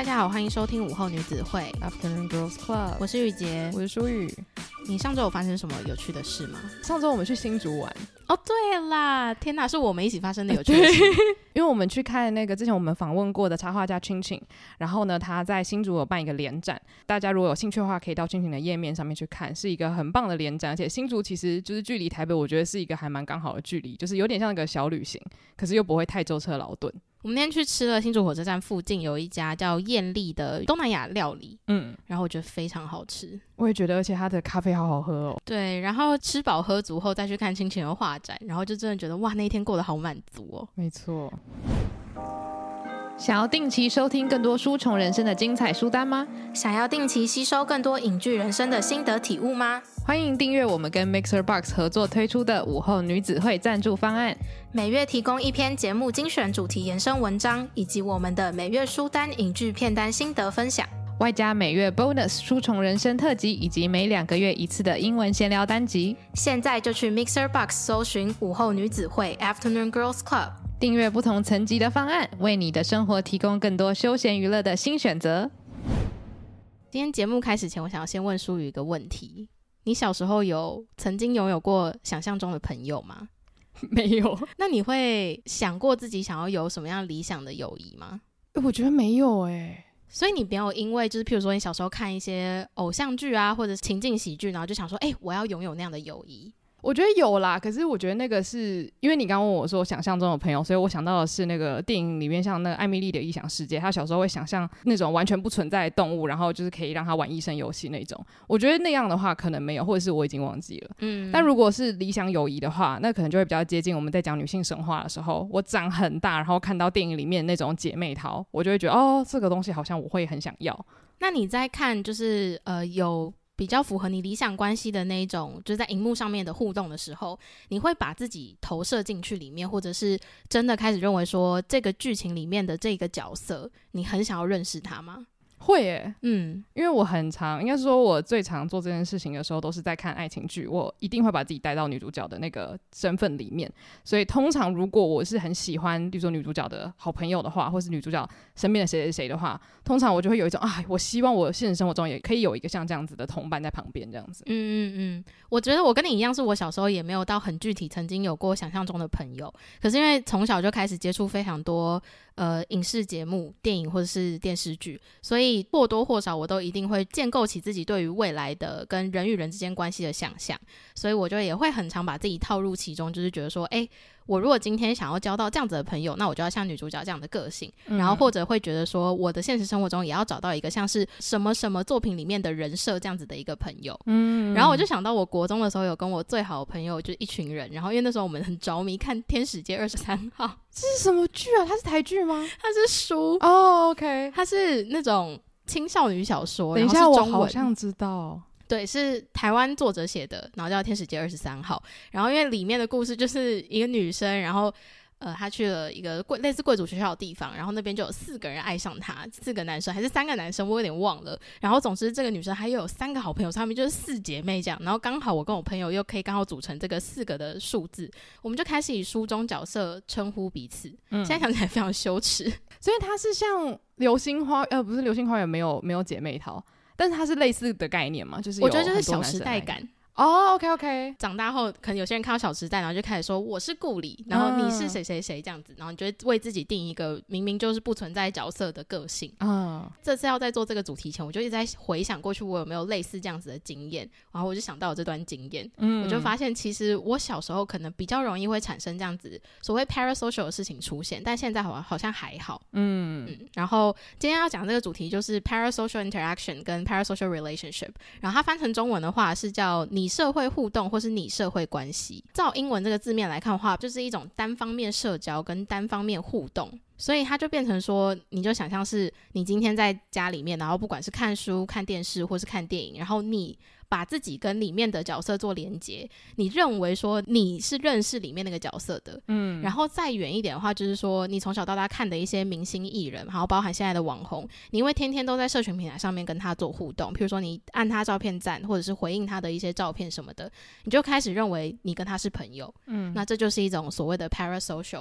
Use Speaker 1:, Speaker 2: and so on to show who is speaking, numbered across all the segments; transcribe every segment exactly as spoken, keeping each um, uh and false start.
Speaker 1: 大家好，欢迎收听午后女子会
Speaker 2: Afternoon Girls Club，
Speaker 1: 我是雨洁，
Speaker 2: 我是舒雨。
Speaker 1: 你上周有发生什么有趣的事吗？
Speaker 2: 上周我们去新竹玩。
Speaker 1: 哦对啦，天哪，是我们一起发生的有趣的事
Speaker 2: 因为我们去看那个之前我们访问过的插画家青青，然后呢他在新竹有办一个联展，大家如果有兴趣的话可以到青青的页面上面去看，是一个很棒的联展，而且新竹其实就是距离台北我觉得是一个还蛮刚好的距离，就是有点像一个小旅行，可是又不会太舟车劳顿。
Speaker 1: 我们那天去吃了新竹火车站附近有一家叫艳丽的东南亚料理，嗯，然后我觉得非常好吃。
Speaker 2: 我也觉得，而且它的咖啡好好喝哦。
Speaker 1: 对，然后吃饱喝足后再去看青青的画展，然后就真的觉得哇，那一天过得好满足哦。
Speaker 2: 没错。想要定期收听更多书虫人生的精彩书单吗？
Speaker 1: 想要定期吸收更多影剧人生的心得体悟吗？
Speaker 2: 欢迎订阅我们跟 Mixer Box 合作推出的午后女子会赞助方案，
Speaker 1: 每月提供一篇节目精选主题延伸文章，以及我们的每月书单、影剧片单心得分享，
Speaker 2: 外加每月 bonus 书虫人生特辑，以及每两个月一次的英文闲聊单集。
Speaker 1: 现在就去 Mixer Box 搜寻午后女子会 Afternoon Girls Club，
Speaker 2: 订阅不同层级的方案，为你的生活提供更多休闲娱乐的新选择。
Speaker 1: 今天节目开始前，我想要先问舒宇一个问题，你小时候有曾经拥有过想象中的朋友吗？
Speaker 2: 没有。
Speaker 1: 那你会想过自己想要有什么样理想的友谊吗？
Speaker 2: 我觉得没有耶、欸。
Speaker 1: 所以你没有因为就是譬如说你小时候看一些偶像剧啊，或者是情境喜剧，然后就想说哎、欸，我要拥有那样的友谊。
Speaker 2: 我觉得有啦，可是我觉得那个是因为你刚刚问我说想象中的朋友，所以我想到的是那个电影里面像那个艾米丽的异想世界，她小时候会想象那种完全不存在的动物，然后就是可以让她玩医生游戏那种。我觉得那样的话可能没有，或者是我已经忘记了。嗯，但如果是理想友谊的话，那可能就会比较接近我们在讲女性神话的时候，我长很大，然后看到电影里面那种姐妹淘，我就会觉得哦，这个东西好像我会很想要。
Speaker 1: 那你在看就是呃有比较符合你理想关系的那一种就是在荧幕上面的互动的时候，你会把自己投射进去里面，或者是真的开始认为说这个剧情里面的这个角色你很想要认识他吗？
Speaker 2: 会耶，
Speaker 1: 嗯，因
Speaker 2: 为我很常，应该是说我最常做这件事情的时候都是在看爱情剧，我一定会把自己带到女主角的那个身份里面，所以通常如果我是很喜欢比如说女主角的好朋友的话，或是女主角身边的谁谁谁的话，通常我就会有一种啊，我希望我现实生活中也可以有一个像这样子的同伴在旁边这样子。
Speaker 1: 嗯嗯嗯，我觉得我跟你一样，是我小时候也没有到很具体曾经有过想象中的朋友，可是因为从小就开始接触非常多呃影视节目、电影或者是电视剧，所以或多或少我都一定会建构起自己对于未来的跟人与人之间关系的想象，所以我就也会很常把自己套入其中，就是觉得说哎，我如果今天想要交到这样子的朋友，那我就要像女主角这样的个性、嗯、然后或者会觉得说我的现实生活中也要找到一个像是什么什么作品里面的人设这样子的一个朋友。嗯，然后我就想到我国中的时候有跟我最好的朋友就一群人，然后因为那时候我们很着迷看天使街二十三号。
Speaker 2: 这是什么剧啊？它是台剧吗？
Speaker 1: 它是书
Speaker 2: 哦、oh, OK，
Speaker 1: 它是那种青少女小说。
Speaker 2: 等一下，我好像知道。
Speaker 1: 对，是台湾作者写的，然后叫《天使街二十三号》。然后因为里面的故事就是一个女生，然后呃，她去了一个贵类似贵族学校的地方，然后那边就有四个人爱上她，四个男生还是三个男生，我有点忘了。然后总之这个女生还有三个好朋友，她们就是四姐妹这样。然后刚好我跟我朋友又可以刚好组成这个四个的数字，我们就开始以书中角色称呼彼此。嗯，现在想起来非常羞耻。
Speaker 2: 所以它是像流星花呃，不是流星花园没有没有姐妹淘。但是它是类似的概念嘛，就是有
Speaker 1: 我觉得就是小时代感。
Speaker 2: 哦、oh, ，OK OK，
Speaker 1: 长大后可能有些人看到小时代，然后就开始说我是顾里，然后你是谁谁谁这样子，然后你就会为自己定一个明明就是不存在角色的个性。嗯，这次要在做这个主题前，我就一直在回想过去我有没有类似这样子的经验，然后我就想到有这段经验。嗯，我就发现其实我小时候可能比较容易会产生这样子所谓 parasocial 的事情出现，但现在好像好像还好。嗯嗯，然后今天要讲这个主题就是 parasocial interaction 跟 parasocial relationship， 然后它翻成中文的话是叫你社会互动或是你社会关系。照英文这个字面来看的话，就是一种单方面社交跟单方面互动，所以它就变成说你就想象是你今天在家里面，然后不管是看书看电视或是看电影，然后你把自己跟里面的角色做连结，你认为说你是认识里面那个角色的。嗯，然后再远一点的话就是说你从小到大看的一些明星艺人，然后包含现在的网红，你因为天天都在社群平台上面跟他做互动，譬如说你按他照片赞或者是回应他的一些照片什么的，你就开始认为你跟他是朋友。嗯，那这就是一种所谓的 parasocial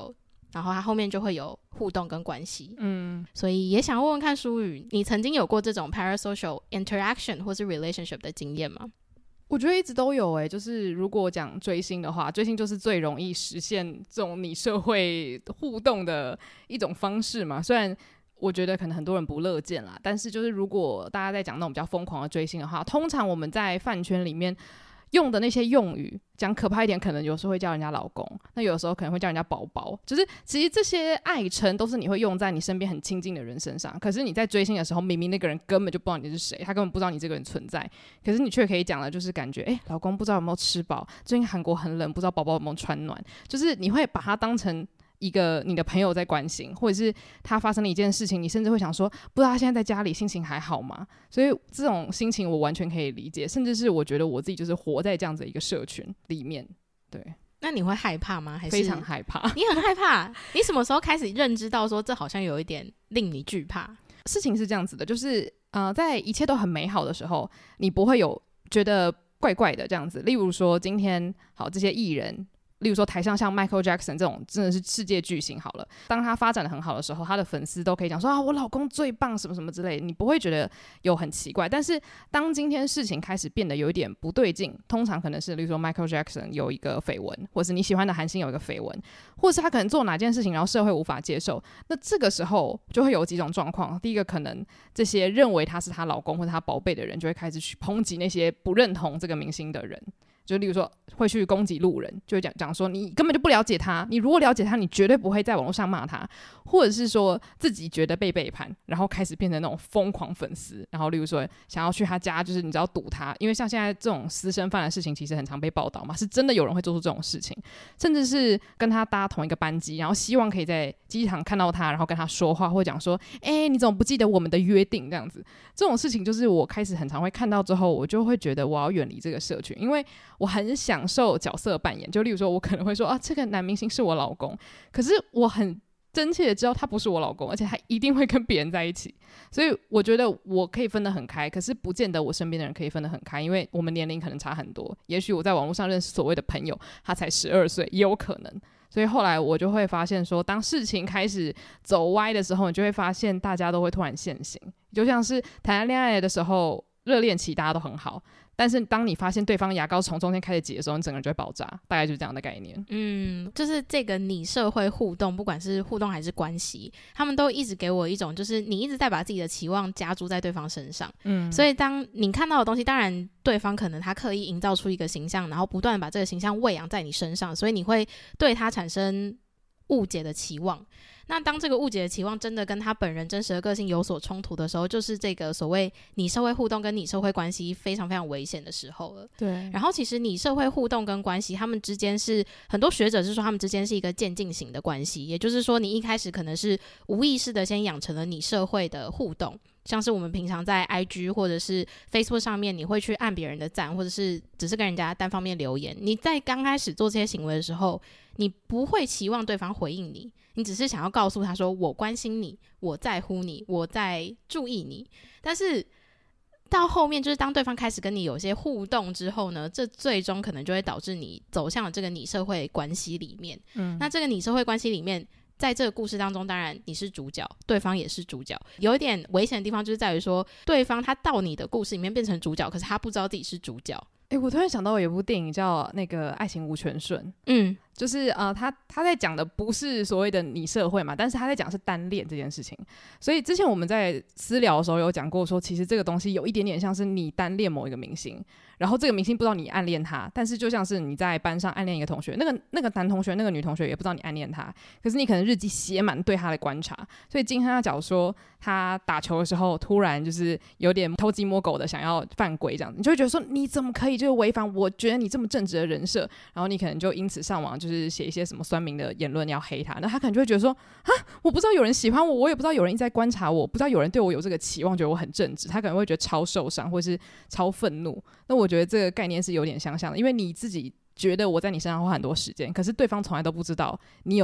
Speaker 1: 然后它后面就会有互动跟关系。嗯，所以也想问问看舒宇，你曾经有过这种 parasocial interaction 或是 relationship 的经验吗？
Speaker 2: 我觉得一直都有诶、欸，就是如果讲追星的话，追星就是最容易实现这种你社会互动的一种方式嘛。虽然我觉得可能很多人不乐见啦，但是就是如果大家在讲那种比较疯狂的追星的话，通常我们在饭圈里面用的那些用语，讲可怕一点，可能有时候会叫人家老公，那有时候可能会叫人家宝宝，就是其实这些爱称都是你会用在你身边很亲近的人身上。可是你在追星的时候，明明那个人根本就不知道你是谁，他根本不知道你这个人存在，可是你却可以讲的就是感觉，哎、欸，老公不知道有没有吃饱，最近韩国很冷，不知道宝宝有没有穿暖，就是你会把它当成一个你的朋友在关心，或者是他发生了一件事情，你甚至会想说不知道他现在在家里心情还好吗？所以这种心情我完全可以理解，甚至是我觉得我自己就是活在这样子一个社群里面。对，
Speaker 1: 那你会害怕吗？还是
Speaker 2: 非常害怕？
Speaker 1: 你很害怕？你什么时候开始认知到说这好像有一点令你惧怕？
Speaker 2: 事情是这样子的，就是呃，在一切都很美好的时候，你不会有觉得怪怪的这样子。例如说今天好这些艺人，例如说台上像 Michael Jackson 这种真的是世界巨星好了，当他发展的很好的时候，他的粉丝都可以讲说啊我老公最棒什么什么之类的，你不会觉得有很奇怪。但是当今天事情开始变得有一点不对劲，通常可能是例如说 Michael Jackson 有一个绯闻，或是你喜欢的韩星有一个绯闻，或是他可能做哪件事情然后社会无法接受，那这个时候就会有几种状况。第一个，可能这些认为他是她老公或者她宝贝的人就会开始去抨击那些不认同这个明星的人，就例如说会去攻击路人，就会讲讲说你根本就不了解他，你如果了解他，你绝对不会在网络上骂他，或者是说自己觉得被背叛，然后开始变成那种疯狂粉丝，然后例如说想要去他家，就是你知道堵他，因为像现在这种私生饭的事情其实很常被报道嘛，是真的有人会做出这种事情，甚至是跟他搭同一个班机，然后希望可以在机场看到他，然后跟他说话，或讲说哎、欸，你怎么不记得我们的约定这样子。这种事情就是我开始很常会看到之后，我就会觉得我要远离这个社群，因为我很享受角色扮演，就例如说我可能会说啊，这个男明星是我老公，可是我很真切的知道他不是我老公，而且他一定会跟别人在一起，所以我觉得我可以分得很开，可是不见得我身边的人可以分得很开，因为我们年龄可能差很多，也许我在网络上认识所谓的朋友他才十二岁也有可能。所以后来我就会发现说，当事情开始走歪的时候，你就会发现大家都会突然现形，就像是谈恋爱的时候热恋期大家都很好，但是当你发现对方牙膏从中间开始挤的时候，你整个人就会爆炸，大概就是这样的概念。
Speaker 1: 嗯，就是这个你社会互动，不管是互动还是关系，他们都一直给我一种就是你一直在把自己的期望加注在对方身上。嗯，所以当你看到的东西，当然对方可能他刻意营造出一个形象，然后不断把这个形象喂养在你身上，所以你会对他产生误解的期望。那当这个误解的期望真的跟他本人真实的个性有所冲突的时候，就是这个所谓你社会互动跟你社会关系非常非常危险的时候了。
Speaker 2: 对。
Speaker 1: 然后其实你社会互动跟关系，他们之间是很多学者是说他们之间是一个渐进型的关系，也就是说你一开始可能是无意识的先养成了你社会的互动，像是我们平常在 I G 或者是 Facebook 上面，你会去按别人的赞，或者是只是跟人家单方面留言。你在刚开始做这些行为的时候，你不会期望对方回应你，你只是想要告诉他说我关心你，我在乎你，我在注意你。但是到后面就是当对方开始跟你有些互动之后呢，这最终可能就会导致你走向了这个拟社会关系里面。嗯，那这个拟社会关系里面，在这个故事当中，当然你是主角，对方也是主角。有一点危险的地方就是在于说，对方他到你的故事里面变成主角，可是他不知道自己是主角。
Speaker 2: 欸，我突然想到有一部电影叫那个《爱情无全顺》，
Speaker 1: 嗯，
Speaker 2: 就是呃，他他在讲的不是所谓的拟社会嘛，但是他在讲的是单恋这件事情。所以之前我们在私聊的时候有讲过说，其实这个东西有一点点像是你单恋某一个明星，然后这个明星不知道你暗恋他，但是就像是你在班上暗恋一个同学，那个那个男同学那个女同学也不知道你暗恋他，可是你可能日记写满对他的观察。所以今天他假如说他打球的时候突然就是有点偷鸡摸狗的想要犯规这样，你就会觉得说你怎么可以就是违反我觉得你这么正直的人设，然后你可能就因此上网就是写一些什么酸民的言论要黑他，那他可能就会觉得说啊，我不知道有人喜欢我，我也不知道有人一直在观察我，不知道有人对我有这个期望，觉得我很正直，他可能会觉得超受伤或是超愤怒。那我觉得这个概念是有点相像的，因为你自己觉得我在你身上花很多时间，可是对方从来都不知道你有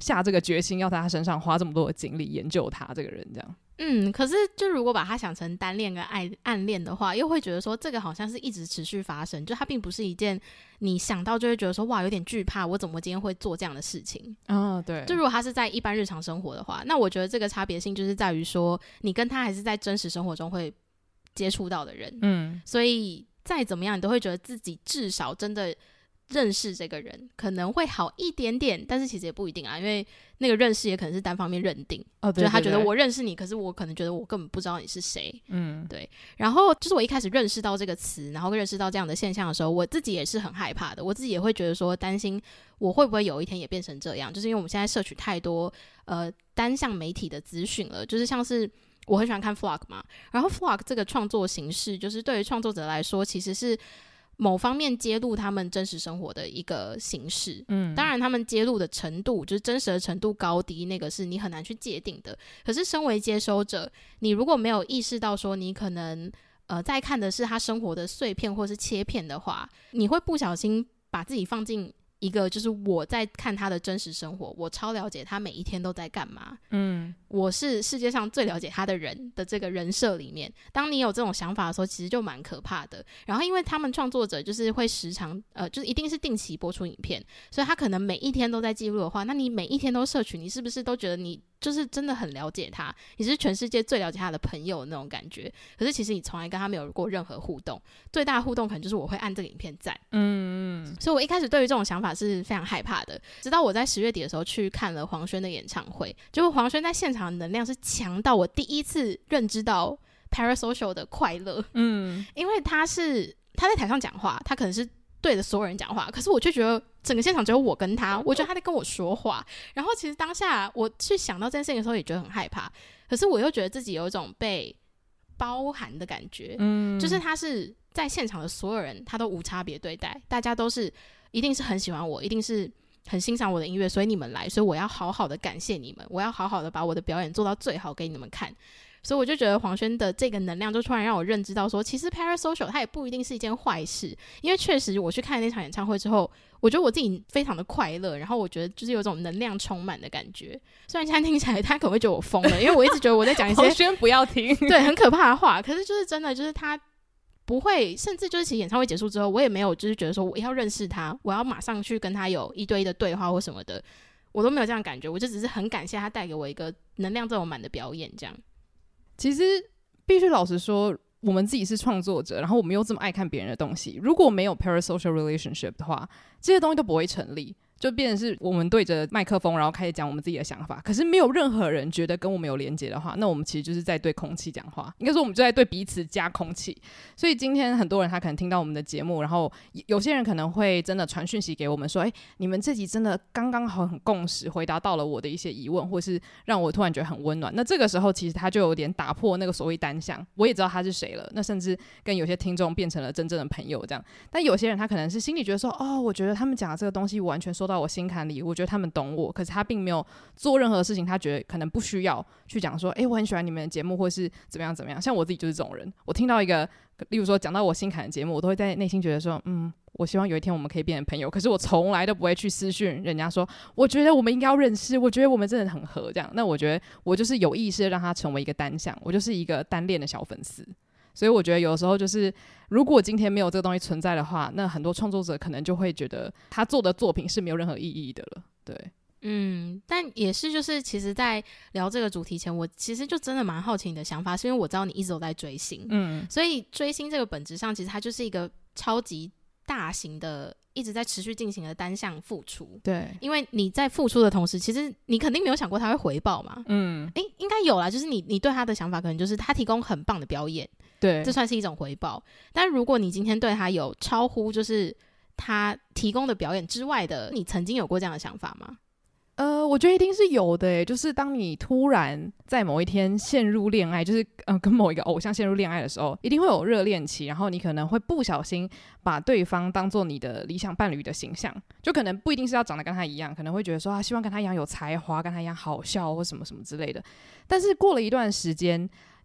Speaker 2: 下这个决心要在他身上花这么多的精力研究他这个人这样。
Speaker 1: 嗯，可是就如果把它想成单恋跟爱暗恋的话，又会觉得说这个好像是一直持续发生，就它并不是一件你想到就会觉得说哇有点惧怕，我怎么今天会做这样的事情。
Speaker 2: 哦，对。
Speaker 1: 就如果他是在一般日常生活的话，那我觉得这个差别性就是在于说你跟他还是在真实生活中会接触到的人，嗯，所以再怎么样你都会觉得自己至少真的认识这个人可能会好一点点，但是其实也不一定啊，因为那个认识也可能是单方面认定，哦，对对对，就是他觉得我认识你，可是我可能觉得我根本不知道你是谁，嗯，对。然后就是我一开始认识到这个词，然后认识到这样的现象的时候，我自己也是很害怕的，我自己也会觉得说担心我会不会有一天也变成这样，就是因为我们现在摄取太多呃单向媒体的资讯了，就是像是我很喜欢看 vlog 嘛，然后 vlog 这个创作形式就是对于创作者来说其实是某方面揭露他们真实生活的一个形式，嗯，当然他们揭露的程度就是真实的程度高低，那个是你很难去界定的。可是身为接收者，你如果没有意识到说你可能呃在看的是他生活的碎片或是切片的话，你会不小心把自己放进一个就是我在看他的真实生活，我超了解他每一天都在干嘛，嗯，我是世界上最了解他的人的这个人设里面，当你有这种想法的时候其实就蛮可怕的。然后因为他们创作者就是会时常呃，就是一定是定期播出影片，所以他可能每一天都在记录的话，那你每一天都摄取，你是不是都觉得你就是真的很了解他，你是全世界最了解他的朋友那种感觉。可是其实你从来跟他没有过任何互动，最大的互动可能就是我会按这个影片赞，嗯嗯，所以我一开始对于这种想法是非常害怕的，直到我在十月底的时候去看了黄轩的演唱会，结果黄轩在现场的能量是强到我第一次认知到 Parasocial 的快乐，嗯，因为他是他在台上讲话，他可能是对着所有人讲话，可是我就觉得整个现场只有我跟他，我觉得他在跟我说话。然后其实当下我去想到这件事情的时候也觉得很害怕，可是我又觉得自己有一种被包含的感觉，嗯，就是他是在现场的所有人他都无差别对待，大家都是一定是很喜欢我，一定是很欣赏我的音乐，所以你们来，所以我要好好的感谢你们，我要好好的把我的表演做到最好给你们看。所以我就觉得黄轩的这个能量就突然让我认知到说，其实 Parasocial 它也不一定是一件坏事，因为确实我去看那场演唱会之后，我觉得我自己非常的快乐，然后我觉得就是有种能量充满的感觉。虽然现在听起来他可能会觉得我疯了，因为我一直觉得我在讲一些
Speaker 2: 黄轩不要听
Speaker 1: 对很可怕的话，可是就是真的就是他不会，甚至就是其实演唱会结束之后我也没有就是觉得说我要认识他，我要马上去跟他有一对一的对话或什么的，我都没有这样的感觉，我就只是很感谢他带给我一个能量这么满的表演这样。
Speaker 2: 其实必须老实说，我们自己是创作者，然后我们又这么爱看别人的东西，如果没有 parasocial relationship 的话，这些东西都不会成立，就变成是我们对着麦克风然后开始讲我们自己的想法，可是没有任何人觉得跟我们有连结的话，那我们其实就是在对空气讲话，应该说我们就在对彼此加空气。所以今天很多人他可能听到我们的节目，然后有些人可能会真的传讯息给我们说，哎，你们这集真的刚刚好很共识，回答到了我的一些疑问，或是让我突然觉得很温暖。那这个时候其实他就有点打破那个所谓单向，我也知道他是谁了，那甚至跟有些听众变成了真正的朋友这样。但有些人他可能是心里觉得说，哦，我觉得他们讲的这个东西完全收到我心坎里，我觉得他们懂我，可是他并没有做任何事情，他觉得可能不需要去讲说，哎，我很喜欢你们的节目，或是怎么样怎么样。像我自己就是这种人，我听到一个例如说讲到我心坎的节目，我都会在内心觉得说，嗯，我希望有一天我们可以变成朋友，可是我从来都不会去私讯人家说，我觉得我们应该要认识，我觉得我们真的很合这样。那我觉得我就是有意识的让他成为一个单向，我就是一个单恋的小粉丝。所以我觉得有时候就是如果今天没有这个东西存在的话，那很多创作者可能就会觉得他做的作品是没有任何意义的了。对，
Speaker 1: 嗯，但也是就是其实在聊这个主题前，我其实就真的蛮好奇你的想法，是因为我知道你一直都在追星，嗯，所以追星这个本质上其实它就是一个超级大型的一直在持续进行的单向付出。
Speaker 2: 对，
Speaker 1: 因为你在付出的同时，其实你肯定没有想过他会回报嘛。嗯，诶，应该有啦，就是你你对他的想法可能就是他提供很棒的表演，
Speaker 2: 对，
Speaker 1: 这算是一种回报。但如果你今天对他有超乎就是他提供的表演之外的，你曾经有过这样的想法吗？
Speaker 2: 呃，我觉得一定是有的耶，就是当你突然在某一天陷入恋爱，就是呃跟某一个偶像陷入恋爱的时候，一定会有热恋期，然后你可能会不小心把对方当做你的理想伴侣的形象，就可能不一定是要长得跟他一样，可能会觉得说啊，希望跟他一样有才华，跟他一样好笑或什么什么之类的。但是过了一段时间，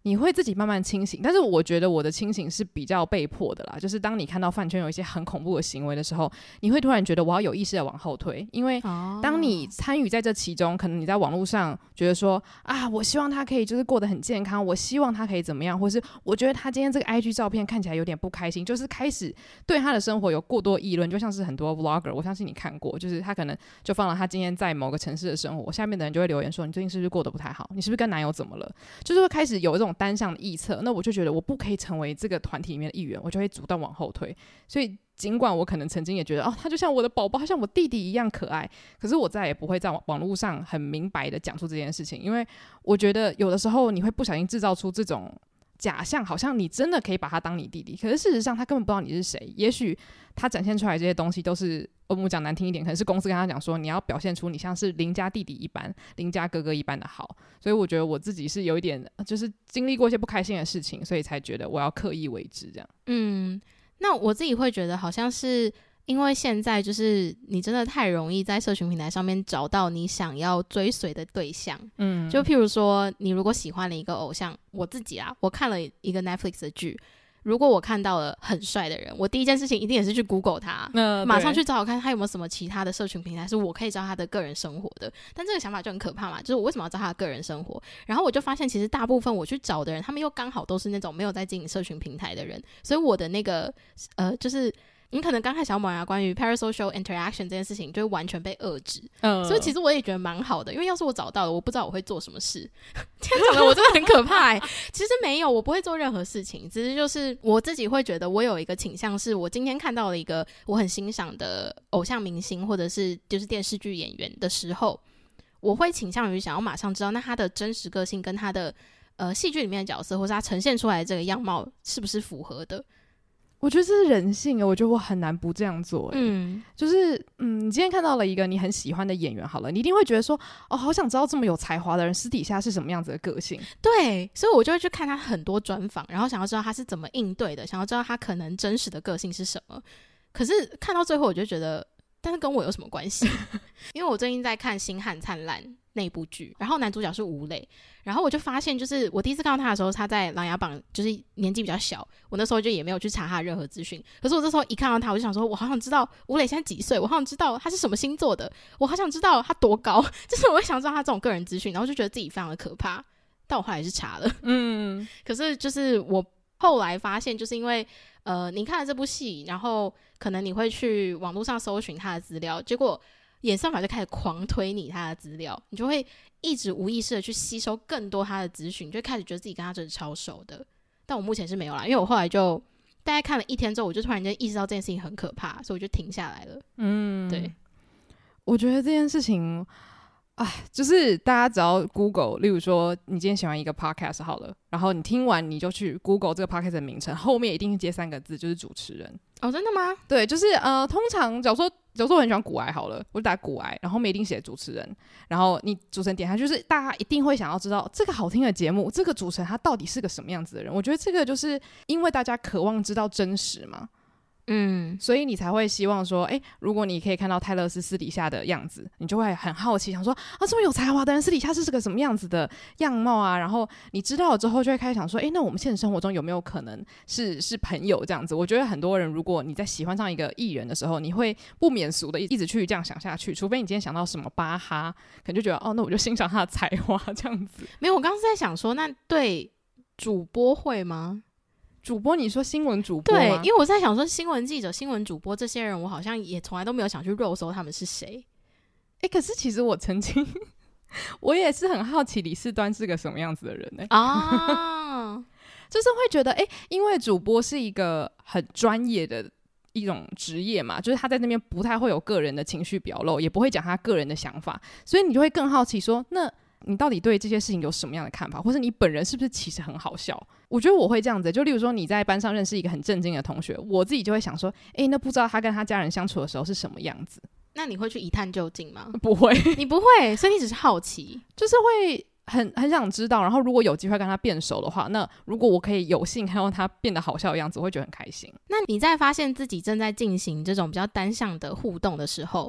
Speaker 2: 你会自己慢慢清醒。但是我觉得我的清醒是比较被迫的啦，就是当你看到饭圈有一些很恐怖的行为的时候，你会突然觉得我要有意识的往后退，因为当你参与在这其中，可能你在网络上觉得说啊，我希望他可以就是过得很健康，我希望他可以怎么样，或是我觉得他今天这个 I G 照片看起来有点不开心，就是开始对他的生活有过多议论，就像是很多 vlogger， 我相信你看过，就是他可能就放了他今天在某个城市的生活，下面的人就会留言说你最近是不是过得不太好，你是不是跟男友怎么了，就是会开始有这种单向的臆测。那我就觉得我不可以成为这个团体里面的一员，我就会主动往后退。所以尽管我可能曾经也觉得哦，他就像我的宝宝，他像我弟弟一样可爱，可是我再也不会在网络上很明白的讲出这件事情，因为我觉得有的时候你会不小心制造出这种假象，好像你真的可以把他当你弟弟，可是事实上他根本不知道你是谁。也许他展现出来这些东西都是，我们讲难听一点，可能是公司跟他讲说你要表现出你像是邻家弟弟一般、邻家哥哥一般的好。所以我觉得我自己是有一点，就是经历过一些不开心的事情，所以才觉得我要刻意为之这样。
Speaker 1: 嗯，那我自己会觉得好像是因为现在就是你真的太容易在社群平台上面找到你想要追随的对象。嗯，就譬如说你如果喜欢了一个偶像，我自己啊，我看了一个 Netflix 的剧，如果我看到了很帅的人，我第一件事情一定也是去 Google 他、呃、马上去找找看他有没有什么其他的社群平台是我可以知道他的个人生活的。但这个想法就很可怕嘛，就是我为什么要知道他的个人生活？然后我就发现其实大部分我去找的人，他们又刚好都是那种没有在经营社群平台的人，所以我的那个呃就是你可能刚开始要萌芽关于 parasocial interaction 这件事情就会完全被遏制、嗯、所以其实我也觉得蛮好的，因为要是我找到了，我不知道我会做什么事这样讲的我真的很可怕、欸、其实没有，我不会做任何事情，只是就是我自己会觉得我有一个倾向，是我今天看到了一个我很欣赏的偶像明星或者是就是电视剧演员的时候，我会倾向于想要马上知道那他的真实个性跟他的呃戏剧里面的角色或是他呈现出来的这个样貌是不是符合的。
Speaker 2: 我觉得这是人性，我觉得我很难不这样做。嗯，就是嗯，你今天看到了一个你很喜欢的演员，好了，你一定会觉得说，哦，好想知道这么有才华的人私底下是什么样子的个性。
Speaker 1: 对，所以我就会去看他很多专访，然后想要知道他是怎么应对的，想要知道他可能真实的个性是什么。可是看到最后，我就觉得，但是跟我有什么关系？因为我最近在看《星汉灿烂》那部剧，然后男主角是吴磊，然后我就发现，就是我第一次看到他的时候，他在《琅琊榜》就是年纪比较小，我那时候就也没有去查他的任何资讯。可是我这时候一看到他，我就想说，我好想知道吴磊现在几岁，我好想知道他是什么星座的，我好想知道他多高，就是我会想知道他这种个人资讯，然后就觉得自己非常的可怕。但我后来是查了，嗯，可是就是我后来发现，就是因为呃，你看了这部戏，然后可能你会去网络上搜寻他的资料，结果演算法就开始狂推你他的资料，你就会一直无意识的去吸收更多他的资讯，就会开始觉得自己跟他真的超熟的。但我目前是没有啦，因为我后来就大概看了一天之后，我就突然间意识到这件事情很可怕，所以我就停下来了。嗯，对，
Speaker 2: 我觉得这件事情哎，就是大家只要 Google， 例如说你今天喜欢一个 podcast 好了，然后你听完你就去 Google 这个 podcast 的名称，后面一定接三个字，就是主持人。
Speaker 1: 哦，真的吗？
Speaker 2: 对，就是呃，通常假如说假如说我很喜欢古癌好了，我就打古癌，然后后面一定写主持人，然后你主持人点下，就是大家一定会想要知道这个好听的节目，这个主持人他到底是个什么样子的人。我觉得这个就是因为大家渴望知道真实嘛。嗯，所以你才会希望说，哎、欸，如果你可以看到泰勒斯私底下的样子，你就会很好奇，想说啊，这么有才华的人私底下是个什么样子的样貌啊？然后你知道了之后，就会开始想说，哎、欸，那我们现实生活中有没有可能是是朋友这样子？我觉得很多人，如果你在喜欢上一个艺人的时候，你会不免俗的一直去这样想下去，除非你今天想到什么巴哈，可能就觉得哦，那我就欣赏他的才华这样子。
Speaker 1: 没有，我刚刚是在想说，那对主播会吗？
Speaker 2: 主播，你说新闻主播吗？
Speaker 1: 对，因为我在想说新闻记者、新闻主播这些人，我好像也从来都没有想去肉搜他们是谁。
Speaker 2: 哎、欸，可是其实我曾经，我也是很好奇李四端是个什么样子的人呢、欸？啊，就是会觉得，哎、欸，因为主播是一个很专业的一种职业嘛，就是他在那边不太会有个人的情绪表露，也不会讲他个人的想法，所以你就会更好奇说，那你到底对这些事情有什么样的看法，或是你本人是不是其实很好笑？我觉得我会这样子，就例如说你在班上认识一个很正经的同学，我自己就会想说，哎，那不知道他跟他家人相处的时候是什么样子？
Speaker 1: 那你会去一探究竟吗？
Speaker 2: 不会，
Speaker 1: 你不会，所以你只是好奇，
Speaker 2: 就是会很很想知道，然后如果有机会跟他变熟的话，那如果我可以有幸看到他变得好笑的样子，我会觉得很开心。
Speaker 1: 那你在发现自己正在进行这种比较单向的互动的时候，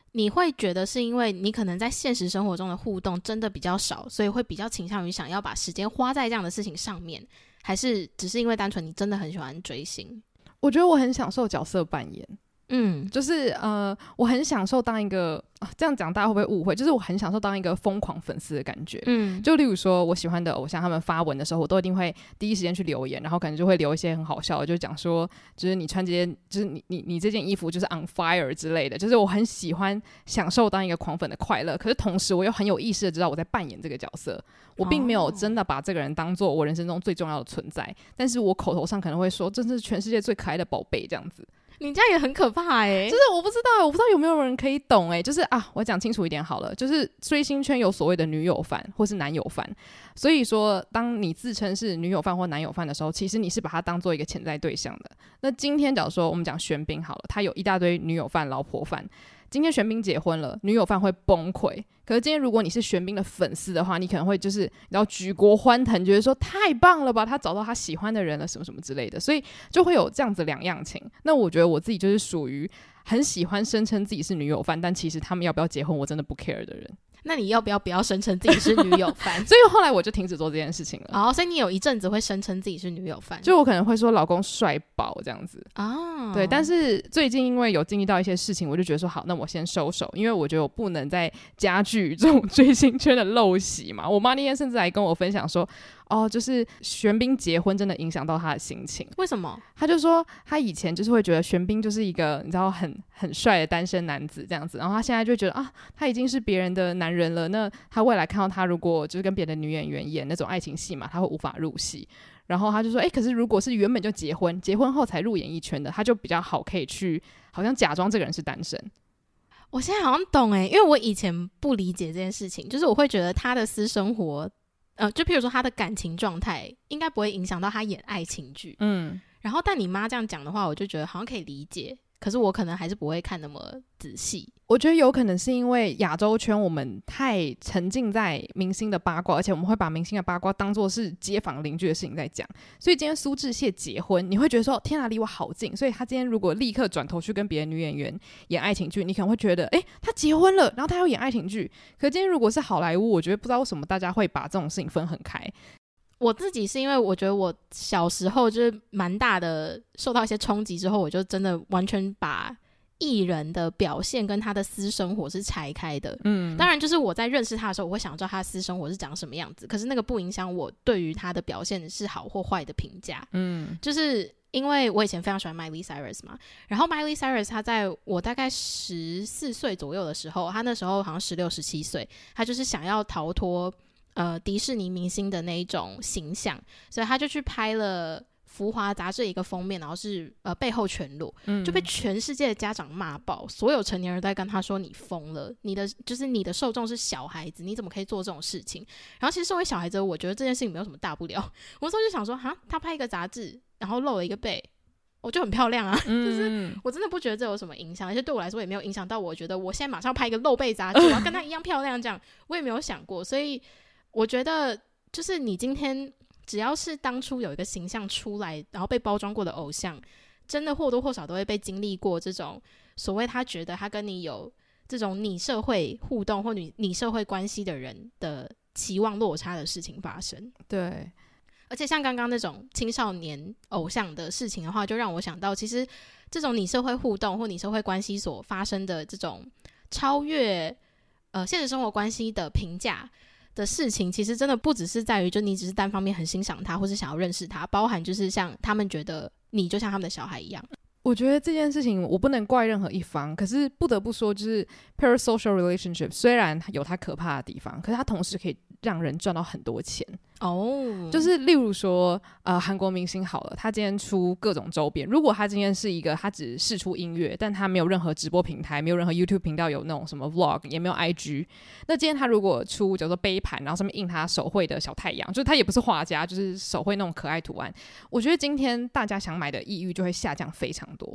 Speaker 1: 你会觉得是因为你可能在现实生活中的互动真的比较少，所以会比较倾向于想要把时间花在这样的事情上面，还是只是因为单纯你真的很喜欢追星？
Speaker 2: 我觉得我很享受角色扮演，
Speaker 1: 嗯，
Speaker 2: 就是呃，我很享受当一个、啊、这样讲大家会不会误会？就是我很享受当一个疯狂粉丝的感觉。嗯，就例如说我喜欢的偶像，他们发文的时候，我都一定会第一时间去留言，然后可能就会留一些很好笑的，就讲说，就是你穿这件，就是你你你这件衣服就是 on fire 之类的。就是我很喜欢享受当一个狂粉的快乐，可是同时我又很有意识的知道我在扮演这个角色，我并没有真的把这个人当做我人生中最重要的存在，但是我口头上可能会说，这是全世界最可爱的宝贝这样子。
Speaker 1: 你这样也很可怕哎、欸，
Speaker 2: 就是我不知道，我不知道有没有人可以懂哎、欸，就是啊，我讲清楚一点好了，就是追星圈有所谓的女友范或是男友范，所以说当你自称是女友范或男友范的时候，其实你是把它当做一个潜在对象的。那今天假如说我们讲玄彬好了，他有一大堆女友范、老婆范。今天玄彬结婚了，女友范会崩溃。可是今天如果你是玄彬的粉丝的话，你可能会就是你知道举国欢腾，觉得说太棒了吧，他找到他喜欢的人了，什么什么之类的，所以就会有这样子两样情。那我觉得我自己就是属于很喜欢声称自己是女友范，但其实他们要不要结婚我真的不 care 的人。
Speaker 1: 那你要不要不要声称自己是女友范？
Speaker 2: 所以后来我就停止做这件事情了。
Speaker 1: 哦，所以你有一阵子会声称自己是女友范，
Speaker 2: 就我可能会说老公帅爆这样子啊。对，但是最近因为有经历到一些事情，我就觉得说好，那我先收手，因为我觉得我不能再加剧这种追星圈的陋习嘛。我妈那天甚至还跟我分享说，哦，就是玄彬结婚真的影响到他的心情。
Speaker 1: 为什么？
Speaker 2: 他就说他以前就是会觉得玄彬就是一个你知道很很帅的单身男子这样子，然后他现在就觉得啊，他已经是别人的男人了，那他未来看到他如果就是跟别的女演员演那种爱情戏嘛，他会无法入戏。然后他就说，哎、欸，可是如果是原本就结婚，结婚后才入演艺圈的，他就比较好可以去好像假装这个人是单身。
Speaker 1: 我现在好像懂哎、欸，因为我以前不理解这件事情，就是我会觉得他的私生活。呃，就譬如说他的感情状态应该不会影响到他演爱情剧，嗯，然后但你妈这样讲的话，我就觉得好像可以理解，可是我可能还是不会看那么仔细。
Speaker 2: 我觉得有可能是因为亚洲圈我们太沉浸在明星的八卦，而且我们会把明星的八卦当作是街坊邻居的事情在讲，所以今天苏志燮结婚，你会觉得说天啊，离我好近，所以他今天如果立刻转头去跟别的女演员演爱情剧，你可能会觉得哎，他结婚了，然后他要演爱情剧。可今天如果是好莱坞，我觉得不知道为什么大家会把这种事情分很开。
Speaker 1: 我自己是因为我觉得我小时候就是蛮大的受到一些冲击之后，我就真的完全把艺人的表现跟他的私生活是拆开的。嗯，当然就是我在认识他的时候，我会想知道他的私生活是长什么样子，可是那个不影响我对于他的表现是好或坏的评价。嗯，就是因为我以前非常喜欢 Miley Cyrus 嘛，然后 Miley Cyrus 他在我大概十四岁左右的时候，他那时候好像十六、十七岁，他就是想要逃脱呃迪士尼明星的那一种形象，所以他就去拍了浮华杂志一个封面，然后是呃背后全裸，嗯，就被全世界的家长骂爆，所有成年人都在跟他说你疯了，你的就是你的受众是小孩子，你怎么可以做这种事情？然后其实作为小孩子，我觉得这件事情没有什么大不了。我那时候就想说，哈，他拍一个杂志，然后露了一个背，我就很漂亮啊，嗯，就是我真的不觉得这有什么影响，而且对我来说也没有影响到我觉得我现在马上拍一个露背杂志，我要跟他一样漂亮，这样我也没有想过。所以我觉得就是你今天只要是当初有一个形象出来，然后被包装过的偶像，真的或多或少都会被经历过这种所谓他觉得他跟你有这种拟社会互动或你拟社会关系的人的期望落差的事情发生。
Speaker 2: 对，
Speaker 1: 而且像刚刚那种青少年偶像的事情的话，就让我想到其实这种拟社会互动或拟社会关系所发生的这种超越呃现实生活关系的评价的事情，其实真的不只是在于就你只是单方面很欣赏他或是想要认识他，包含就是像他们觉得你就像他们的小孩一样。
Speaker 2: 我觉得这件事情我不能怪任何一方，可是不得不说就是 parasocial relationship 虽然有它可怕的地方，可是它同时可以让人赚到很多钱哦。oh. 就是例如说呃，韩国明星好了，他今天出各种周边，如果他今天是一个他只释出音乐，但他没有任何直播平台，没有任何 YouTube 频道有那种什么 vlog， 也没有 I G， 那今天他如果出叫做杯盘，然后上面印他手绘的小太阳，就是他也不是画家，就是手绘那种可爱图案，我觉得今天大家想买的意欲就会下降非常多。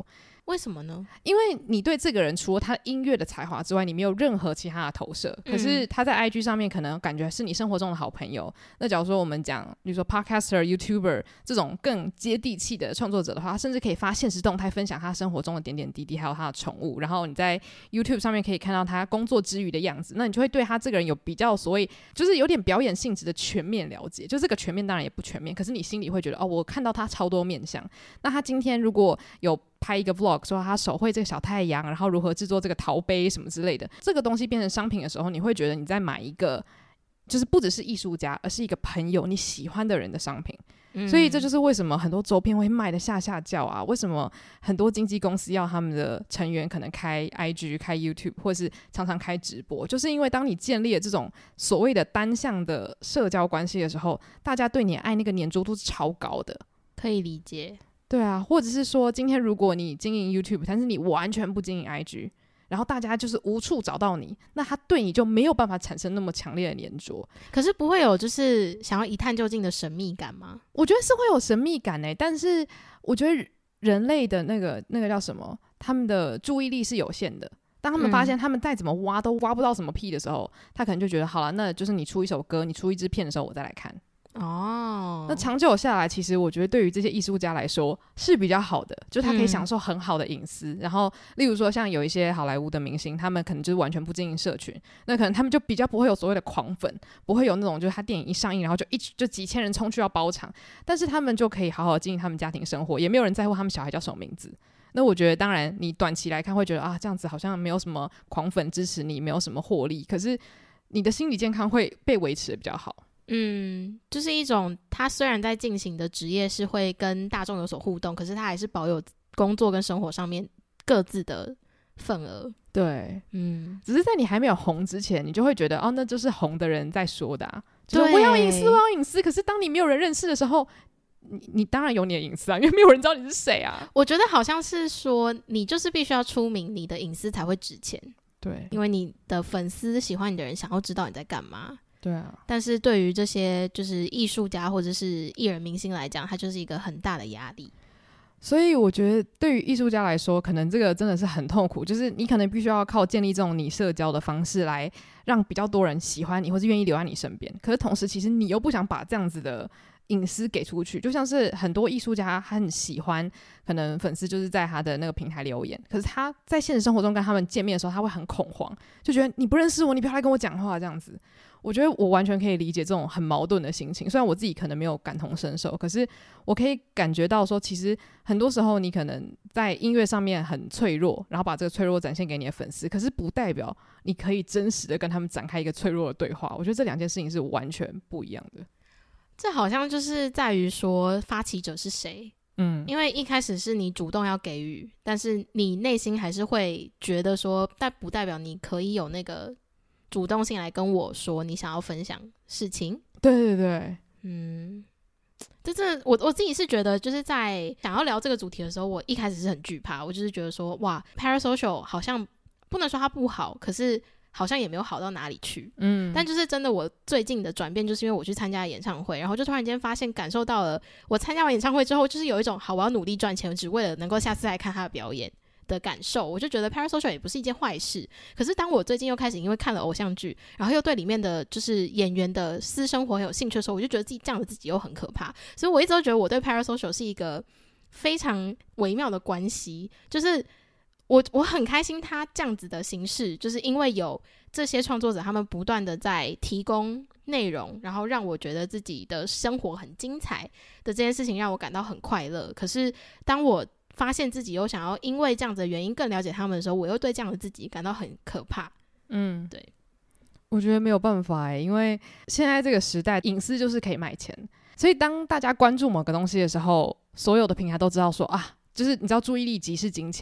Speaker 1: 为什么呢？
Speaker 2: 因为你对这个人除了他音乐的才华之外，你没有任何其他的投射。可是他在 I G 上面可能感觉是你生活中的好朋友。那假如说我们讲，比如说 Podcaster、YouTuber 这种更接地气的创作者的话，他甚至可以发现实动态分享他生活中的点点滴滴，还有他的宠物。然后你在 YouTube 上面可以看到他工作之余的样子，那你就会对他这个人有比较所谓就是有点表演性质的全面了解。就这个全面当然也不全面，可是你心里会觉得哦，我看到他超多面向。那他今天如果有拍一个 vlog 说他手绘这个小太阳，然后如何制作这个陶杯什么之类的，这个东西变成商品的时候，你会觉得你在买一个就是不只是艺术家，而是一个朋友你喜欢的人的商品。嗯、所以这就是为什么很多周边会卖的下下叫啊，为什么很多经纪公司要他们的成员可能开 I G 开 YouTube 或是常常开直播，就是因为当你建立了这种所谓的单向的社交关系的时候，大家对你的爱那个黏着度是超高的。
Speaker 1: 可以理解。
Speaker 2: 对啊，或者是说今天如果你经营 YouTube 但是你完全不经营 I G， 然后大家就是无处找到你，那他对你就没有办法产生那么强烈的黏着。
Speaker 1: 可是不会有就是想要一探究竟的神秘感吗？
Speaker 2: 我觉得是会有神秘感、欸、但是我觉得人类的那个那个叫什么，他们的注意力是有限的。当他们发现他们再怎么挖都挖不到什么屁的时候、嗯、他可能就觉得好了，那就是你出一首歌，你出一支片的时候我再来看。哦，那长久下来其实我觉得对于这些艺术家来说是比较好的，就是他可以享受很好的隐私、嗯、然后例如说像有一些好莱坞的明星，他们可能就是完全不经营社群，那可能他们就比较不会有所谓的狂粉，不会有那种就是他电影一上映然后就一就几千人冲去要包场，但是他们就可以好好经营他们家庭生活，也没有人在乎他们小孩叫什么名字。那我觉得当然你短期来看会觉得啊这样子好像没有什么狂粉支持你，没有什么获利，可是你的心理健康会被维持的比较好。
Speaker 1: 嗯，就是一种他虽然在进行的职业是会跟大众有所互动，可是他还是保有工作跟生活上面各自的份额。
Speaker 2: 对，嗯，只是在你还没有红之前，你就会觉得哦，那就是红的人在说的啊，就是我要隐私，我要隐私。可是当你没有人认识的时候，你你当然有你的隐私啊，因为没有人知道你是谁啊。
Speaker 1: 我觉得好像是说，你就是必须要出名，你的隐私才会值钱。
Speaker 2: 对，
Speaker 1: 因为你的粉丝喜欢你的人想要知道你在干嘛。
Speaker 2: 对啊，
Speaker 1: 但是对于这些就是艺术家或者是艺人明星来讲，它就是一个很大的压力。
Speaker 2: 所以我觉得对于艺术家来说，可能这个真的是很痛苦，就是你可能必须要靠建立这种你社交的方式来让比较多人喜欢你或是愿意留在你身边，可是同时其实你又不想把这样子的隐私给出去。就像是很多艺术家他很喜欢可能粉丝就是在他的那个平台留言，可是他在现实生活中跟他们见面的时候他会很恐慌，就觉得你不认识我，你不要来跟我讲话这样子。我觉得我完全可以理解这种很矛盾的心情，虽然我自己可能没有感同身受，可是我可以感觉到说其实很多时候你可能在音乐上面很脆弱，然后把这个脆弱展现给你的粉丝，可是不代表你可以真实的跟他们展开一个脆弱的对话。我觉得这两件事情是完全不一样的。
Speaker 1: 这好像就是在于说发起者是谁。嗯，因为一开始是你主动要给予，但是你内心还是会觉得说但不代表你可以有那个主动性来跟我说你想要分享事情。
Speaker 2: 对对对，
Speaker 1: 嗯，这这我我自己是觉得就是在想要聊这个主题的时候，我一开始是很惧怕，我就是觉得说哇 Parasocial 好像不能说它不好，可是好像也没有好到哪里去。嗯，但就是真的我最近的转变就是因为我去参加演唱会，然后就突然间发现感受到了我参加完演唱会之后就是有一种好我要努力赚钱只为了能够下次来看他的表演的感受。我就觉得 Parasocial 也不是一件坏事，可是当我最近又开始因为看了偶像剧，然后又对里面的就是演员的私生活很有兴趣的时候，我就觉得自己这样的自己又很可怕。所以我一直都觉得我对 Parasocial 是一个非常微妙的关系，就是我我很开心他这样子的形式，就是因为有这些创作者他们不断的在提供内容，然后让我觉得自己的生活很精彩的这件事情让我感到很快乐。可是当我发现自己又想要因为这样子的原因更了解他们的时候，我又对这样的自己感到很可怕。嗯，对，
Speaker 2: 我觉得没有办法耶，因为现在这个时代隐私就是可以卖钱，所以当大家关注某个东西的时候，所有的平台都知道说啊，就是你知道注意力即是金钱嘛，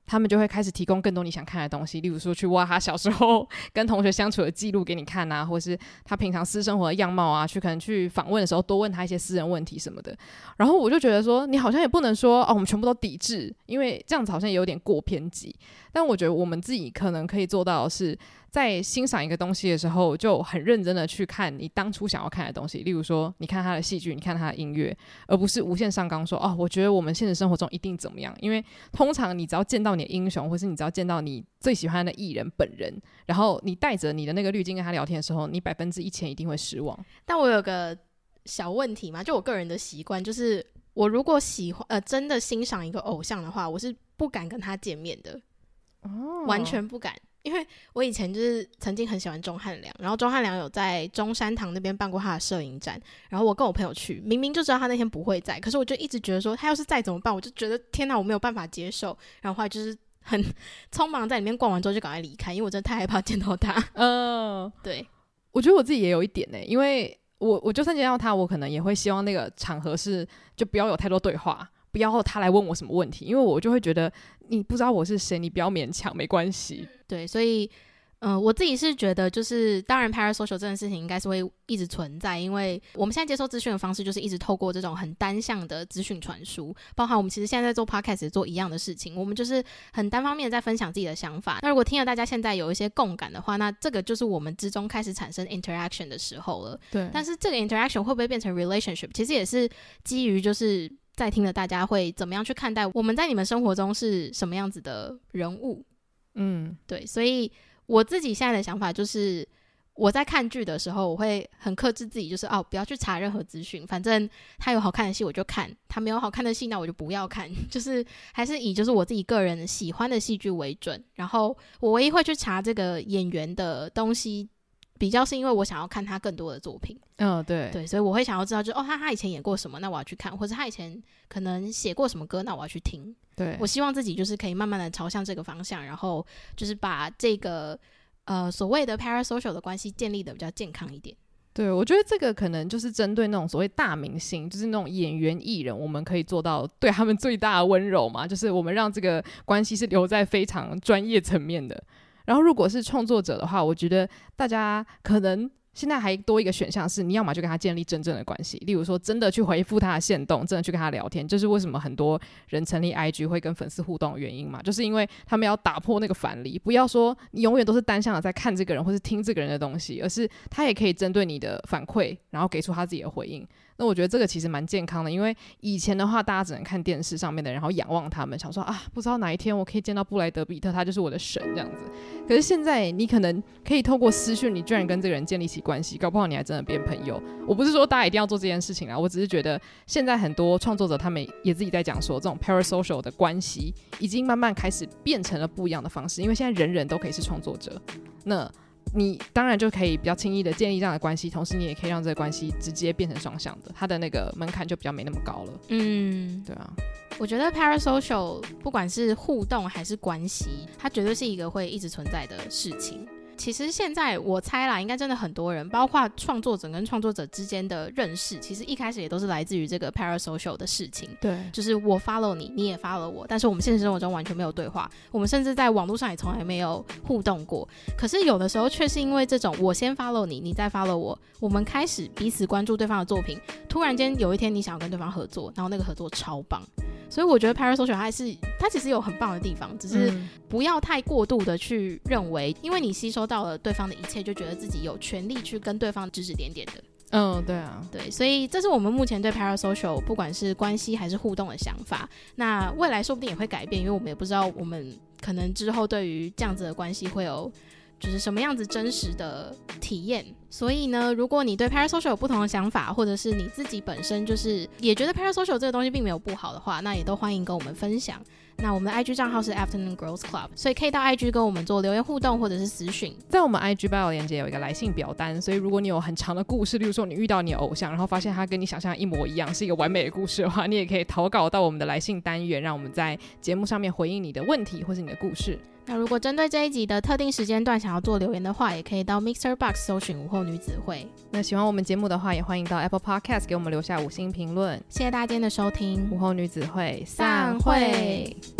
Speaker 2: 他们就会开始提供更多你想看的东西，例如说去挖他小时候跟同学相处的记录给你看啊，或是他平常私生活的样貌啊，去可能去访问的时候多问他一些私人问题什么的。然后我就觉得说，你好像也不能说哦，我们全部都抵制，因为这样子好像也有点过偏激。但我觉得我们自己可能可以做到的是，在欣赏一个东西的时候，就很认真的去看你当初想要看的东西。例如说，你看他的戏剧，你看他的音乐，而不是无限上纲说哦，我觉得我们现实生活中一定怎么样。因为通常你只要见到你的英雄，或是你只要见到你最喜欢的艺人本人，然后你带着你的那个滤镜跟他聊天的时候，你百分之一千一定会失望。
Speaker 1: 但我有个小问题嘛，就我个人的习惯，就是我如果喜欢呃真的欣赏一个偶像的话，我是不敢跟他见面的。哦，完全不敢。因为我以前就是曾经很喜欢钟汉良，然后钟汉良有在中山堂那边办过他的摄影展，然后我跟我朋友去，明明就知道他那天不会在，可是我就一直觉得说他要是在怎么办，我就觉得天哪，我没有办法接受。然后后来就是很匆忙在里面逛完之后就赶快离开，因为我真的太害怕见到他。嗯、呃，对，
Speaker 2: 我觉得我自己也有一点呢、欸，因为我我就算见到他，我可能也会希望那个场合是就不要有太多对话，不要他来问我什么问题，因为我就会觉得你不知道我是谁，你不要勉强，没关系。
Speaker 1: 对，所以嗯、呃，我自己是觉得就是当然 parasocial 这件事情应该是会一直存在，因为我们现在接受资讯的方式就是一直透过这种很单向的资讯传输，包含我们其实现在在做 podcast 也做一样的事情，我们就是很单方面的在分享自己的想法。那如果听了大家现在有一些共感的话，那这个就是我们之中开始产生 interaction 的时候了。
Speaker 2: 对，
Speaker 1: 但是这个 interaction 会不会变成 relationship， 其实也是基于就是在听的大家会怎么样去看待我们在你们生活中是什么样子的人物。嗯，对，所以我自己现在的想法就是我在看剧的时候我会很克制自己，就是哦不要去查任何资讯，反正他有好看的戏我就看，他没有好看的戏那我就不要看，就是还是以就是我自己个人喜欢的戏剧为准。然后我唯一会去查这个演员的东西比较是因为我想要看他更多的作品。
Speaker 2: 嗯、哦，对
Speaker 1: 对，所以我会想要知道就哦他他以前演过什么，那我要去看，或者他以前可能写过什么歌，那我要去听。
Speaker 2: 对，
Speaker 1: 我希望自己就是可以慢慢的朝向这个方向，然后就是把这个呃所谓的 parasocial 的关系建立的比较健康一点。
Speaker 2: 对，我觉得这个可能就是针对那种所谓大明星，就是那种演员艺人，我们可以做到对他们最大的温柔嘛，就是我们让这个关系是留在非常专业层面的。然后如果是创作者的话，我觉得大家可能现在还多一个选项是，你要么就跟他建立真正的关系，例如说真的去回复他的限动，真的去跟他聊天，这、就是为什么很多人成立 I G 会跟粉丝互动的原因嘛，就是因为他们要打破那个藩篱，不要说你永远都是单向的在看这个人或是听这个人的东西，而是他也可以针对你的反馈然后给出他自己的回应。那我觉得这个其实蛮健康的，因为以前的话大家只能看电视上面的人，然后仰望他们，想说啊不知道哪一天我可以见到布莱德比特，他就是我的神这样子。可是现在你可能可以透过私讯，你居然跟这个人建立起关系，搞不好你还真的变朋友。我不是说大家一定要做这件事情啦，我只是觉得现在很多创作者他们也自己在讲说，这种 parasocial 的关系已经慢慢开始变成了不一样的方式，因为现在人人都可以是创作者，那你当然就可以比较轻易的建立这样的关系，同时你也可以让这个关系直接变成双向的，它的那个门槛就比较没那么高了。嗯，对啊，
Speaker 1: 我觉得 parasocial 不管是互动还是关系，它绝对是一个会一直存在的事情。其实现在我猜啦，应该真的很多人，包括创作者跟创作者之间的认识，其实一开始也都是来自于这个 parasocial 的事情。
Speaker 2: 对，
Speaker 1: 就是我 follow 你，你也 follow 我，但是我们现实生活中完全没有对话，我们甚至在网络上也从来没有互动过。可是有的时候却是因为这种我先 follow 你，你再 follow 我，我们开始彼此关注对方的作品，突然间有一天你想要跟对方合作，然后那个合作超棒。所以我觉得 parasocial 它是它其实有很棒的地方，只是不要太过度的去认为，因为你吸收到了对方的一切，就觉得自己有权利去跟对方指指点点的。
Speaker 2: 嗯，对啊，
Speaker 1: 对，所以这是我们目前对 parasocial 不管是关系还是互动的想法。那未来说不定也会改变，因为我们也不知道我们可能之后对于这样子的关系会有就是什么样子真实的体验。所以呢，如果你对 parasocial 有不同的想法，或者是你自己本身就是也觉得 parasocial 这个东西并没有不好的话，那也都欢迎跟我们分享。那我们的 I G 账号是 Afternoon Girls Club， 所以可以到 I G 跟我们做留言互动或者是私讯。
Speaker 2: 在我们 I G bio 连结有一个来信表单，所以如果你有很长的故事，例如说你遇到你的偶像，然后发现他跟你想象一模一样，是一个完美的故事的话，你也可以投稿到我们的来信单元，让我们在节目上面回应你的问题或是你的故事。
Speaker 1: 那如果针对这一集的特定时间段想要做留言的话，也可以到 Mixer Box 搜寻午后女子会。
Speaker 2: 那喜欢我们节目的话，也欢迎到 Apple Podcast 给我们留下五星评论。
Speaker 1: 谢谢大家今天的收听，
Speaker 2: 午后女子会
Speaker 1: 散会。